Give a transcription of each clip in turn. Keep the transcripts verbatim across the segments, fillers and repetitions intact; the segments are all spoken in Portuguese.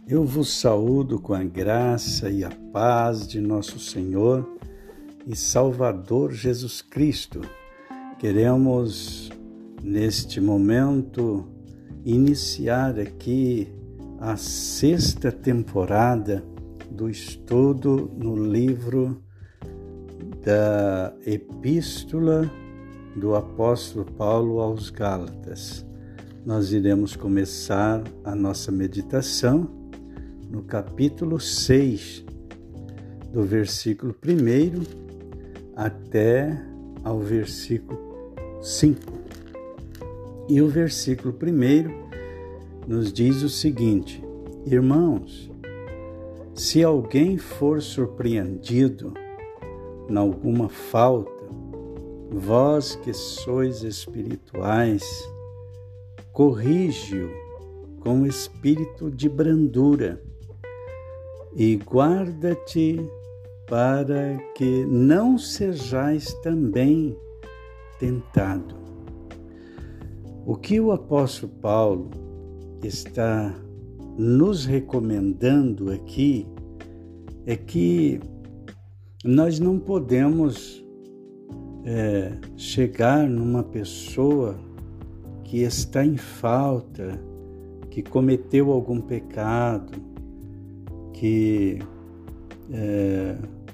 Eu vos saúdo com a graça e a paz de nosso Senhor e Salvador Jesus Cristo. Queremos, neste momento, iniciar aqui a sexta temporada do estudo no livro da Epístola do Apóstolo Paulo aos Gálatas. Nós iremos começar a nossa meditação no capítulo seis, do versículo primeiro até ao versículo cinco. E o versículo primeiro nos diz o seguinte: Irmãos, se alguém for surpreendido em alguma falta, vós que sois espirituais, corrige-o com espírito de brandura e guarda-te para que não sejais também tentado. O que o apóstolo Paulo está nos recomendando aqui é que nós não podemos é, chegar numa pessoa que está em falta, que cometeu algum pecado, que é,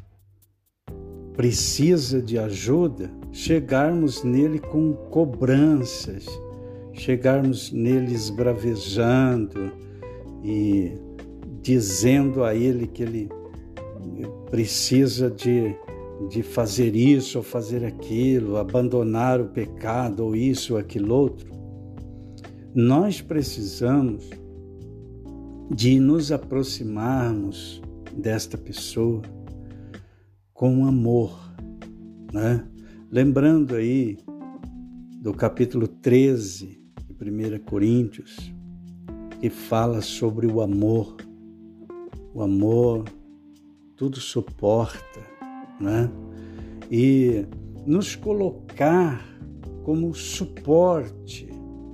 precisa de ajuda, chegarmos nele com cobranças, chegarmos nele esbravejando e dizendo a ele que ele precisa de, de fazer isso ou fazer aquilo, abandonar o pecado ou isso ou aquilo outro. Nós precisamos de nos aproximarmos desta pessoa com amor, né? Lembrando aí do capítulo treze de primeira Coríntios, que fala sobre o amor. O amor tudo suporta, né? E nos colocar como suporte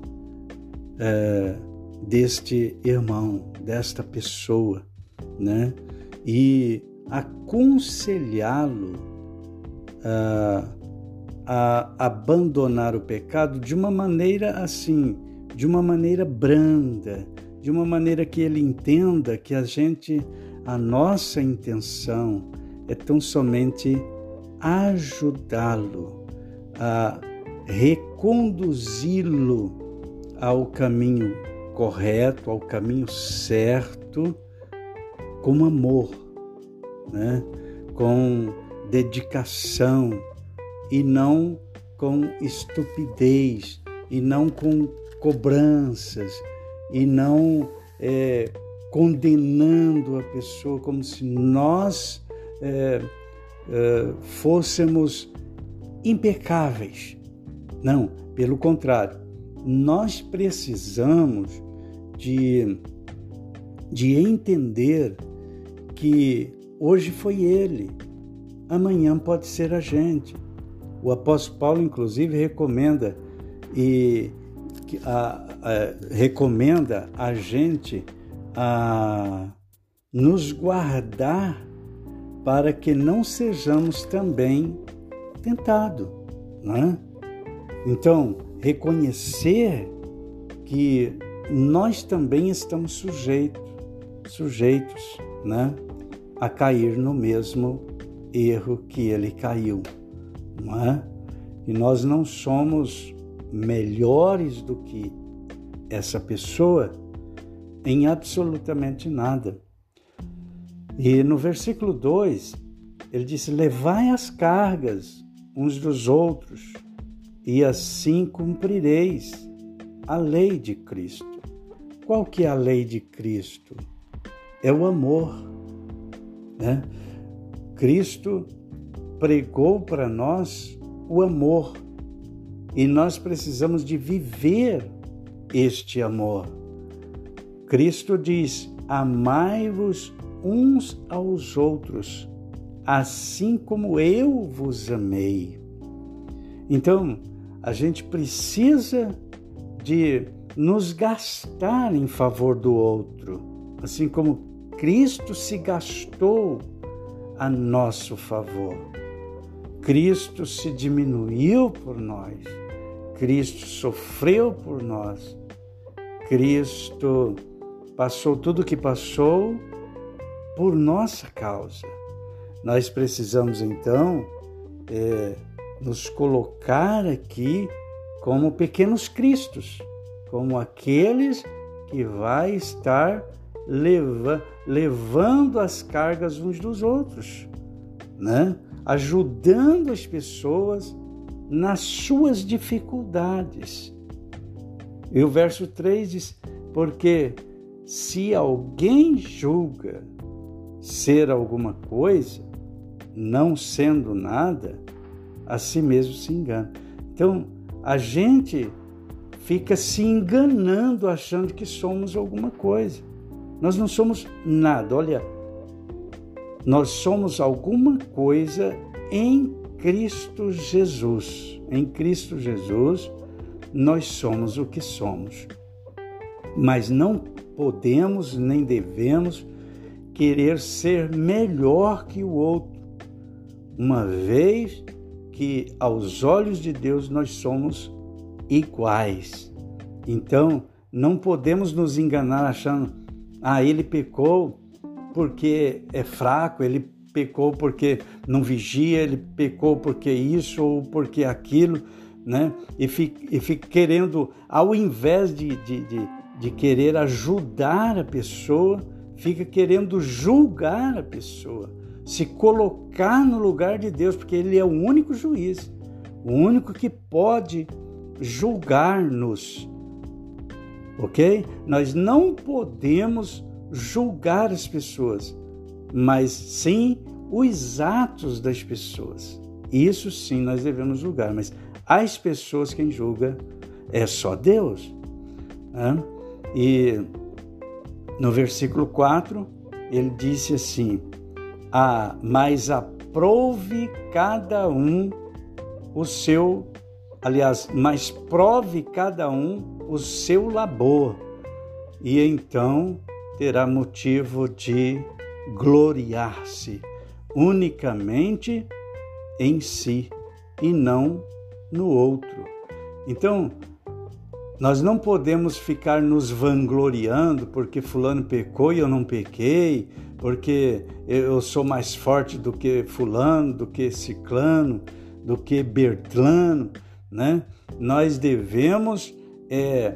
é, deste irmão, desta pessoa, né? E aconselhá-lo a, a abandonar o pecado de uma maneira assim, de uma maneira branda, de uma maneira que ele entenda que a gente, a nossa intenção é tão somente ajudá-lo, a reconduzi-lo ao caminho correto, ao caminho certo, com amor, né? Com dedicação e não com estupidez, e não com cobranças, e não é, condenando a pessoa como se nós é, é, fôssemos impecáveis. Não, pelo contrário, nós precisamos de, de entender que hoje foi ele, amanhã pode ser a gente. O apóstolo Paulo, inclusive, recomenda, e, a, a, recomenda a gente a nos guardar para que não sejamos também tentados, né? Então, reconhecer que nós também estamos sujeitos, sujeitos, né, a cair no mesmo erro que ele caiu, não é? E nós não somos melhores do que essa pessoa em absolutamente nada. E no versículo dois, ele disse: levai as cargas uns dos outros, e assim cumprireis a lei de Cristo. Qual que é a lei de Cristo? É o amor, né? Cristo pregou para nós o amor e nós precisamos de viver este amor. Cristo diz: amai-vos uns aos outros, assim como eu vos amei. Então, a gente precisa de nos gastar em favor do outro, assim como Cristo se gastou a nosso favor. Cristo se diminuiu por nós. Cristo sofreu por nós. Cristo passou tudo o que passou por nossa causa. Nós precisamos, então, é, nos colocar aqui como pequenos cristos, como aqueles que vai estar leva, levando as cargas uns dos outros, né? Ajudando as pessoas nas suas dificuldades. E o verso três diz, porque se alguém julga ser alguma coisa, não sendo nada, a si mesmo se engana. Então, a gente fica se enganando, achando que somos alguma coisa. Nós não somos nada. Olha, nós somos alguma coisa em Cristo Jesus. Em Cristo Jesus, nós somos o que somos. Mas não podemos nem devemos querer ser melhor que o outro, uma vez que aos olhos de Deus nós somos iguais. Então, não podemos nos enganar achando, ah, ele pecou porque é fraco, ele pecou porque não vigia, ele pecou porque isso ou porque aquilo, né? E fica, e fica querendo, ao invés de, de, de, de querer ajudar a pessoa, fica querendo julgar a pessoa, se colocar no lugar de Deus, porque Ele é o único juiz, o único que pode julgar-nos, ok? Nós não podemos julgar as pessoas, mas sim os atos das pessoas. Isso sim nós devemos julgar, mas as pessoas quem julga é só Deus, né? E no versículo quatro, ele disse assim, ah, mas aprove cada um o seu, aliás, mas prove cada um o seu labor, e então terá motivo de gloriar-se unicamente em si e não no outro. Então, nós não podemos ficar nos vangloriando porque fulano pecou e eu não pequei, porque eu sou mais forte do que fulano, do que ciclano, do que bertlano, né? Nós devemos é,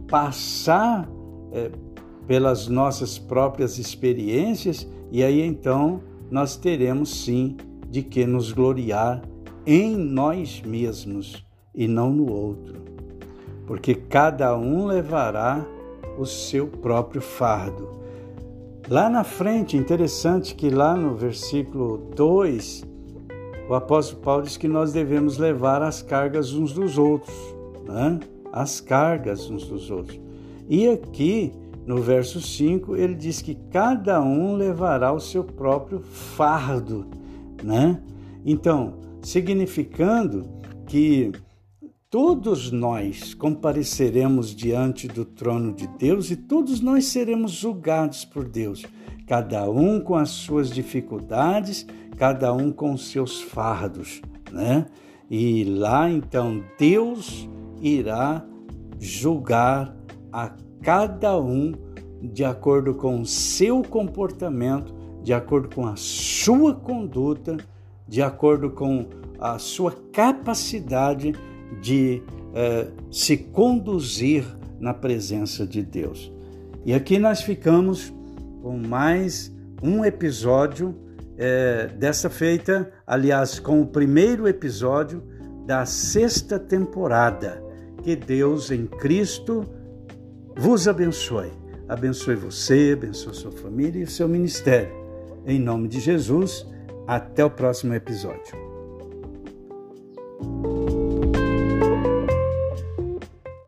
passar é, pelas nossas próprias experiências e aí então nós teremos sim de que nos gloriar em nós mesmos e não no outro. Porque cada um levará o seu próprio fardo. Lá na frente, interessante que lá no versículo dois, o apóstolo Paulo diz que nós devemos levar as cargas uns dos outros, né? As cargas uns dos outros. E aqui, no verso cinco, ele diz que cada um levará o seu próprio fardo, né? Então, significando que todos nós compareceremos diante do trono de Deus e todos nós seremos julgados por Deus, cada um com as suas dificuldades, cada um com os seus fardos, né? E lá então Deus irá julgar a cada um de acordo com o seu comportamento, de acordo com a sua conduta, de acordo com a sua capacidade de eh, se conduzir na presença de Deus. E aqui nós ficamos com mais um episódio eh, dessa feita, aliás, com o primeiro episódio da sexta temporada. Que Deus em Cristo vos abençoe. Abençoe você, abençoe sua família e o seu ministério. Em nome de Jesus, até o próximo episódio.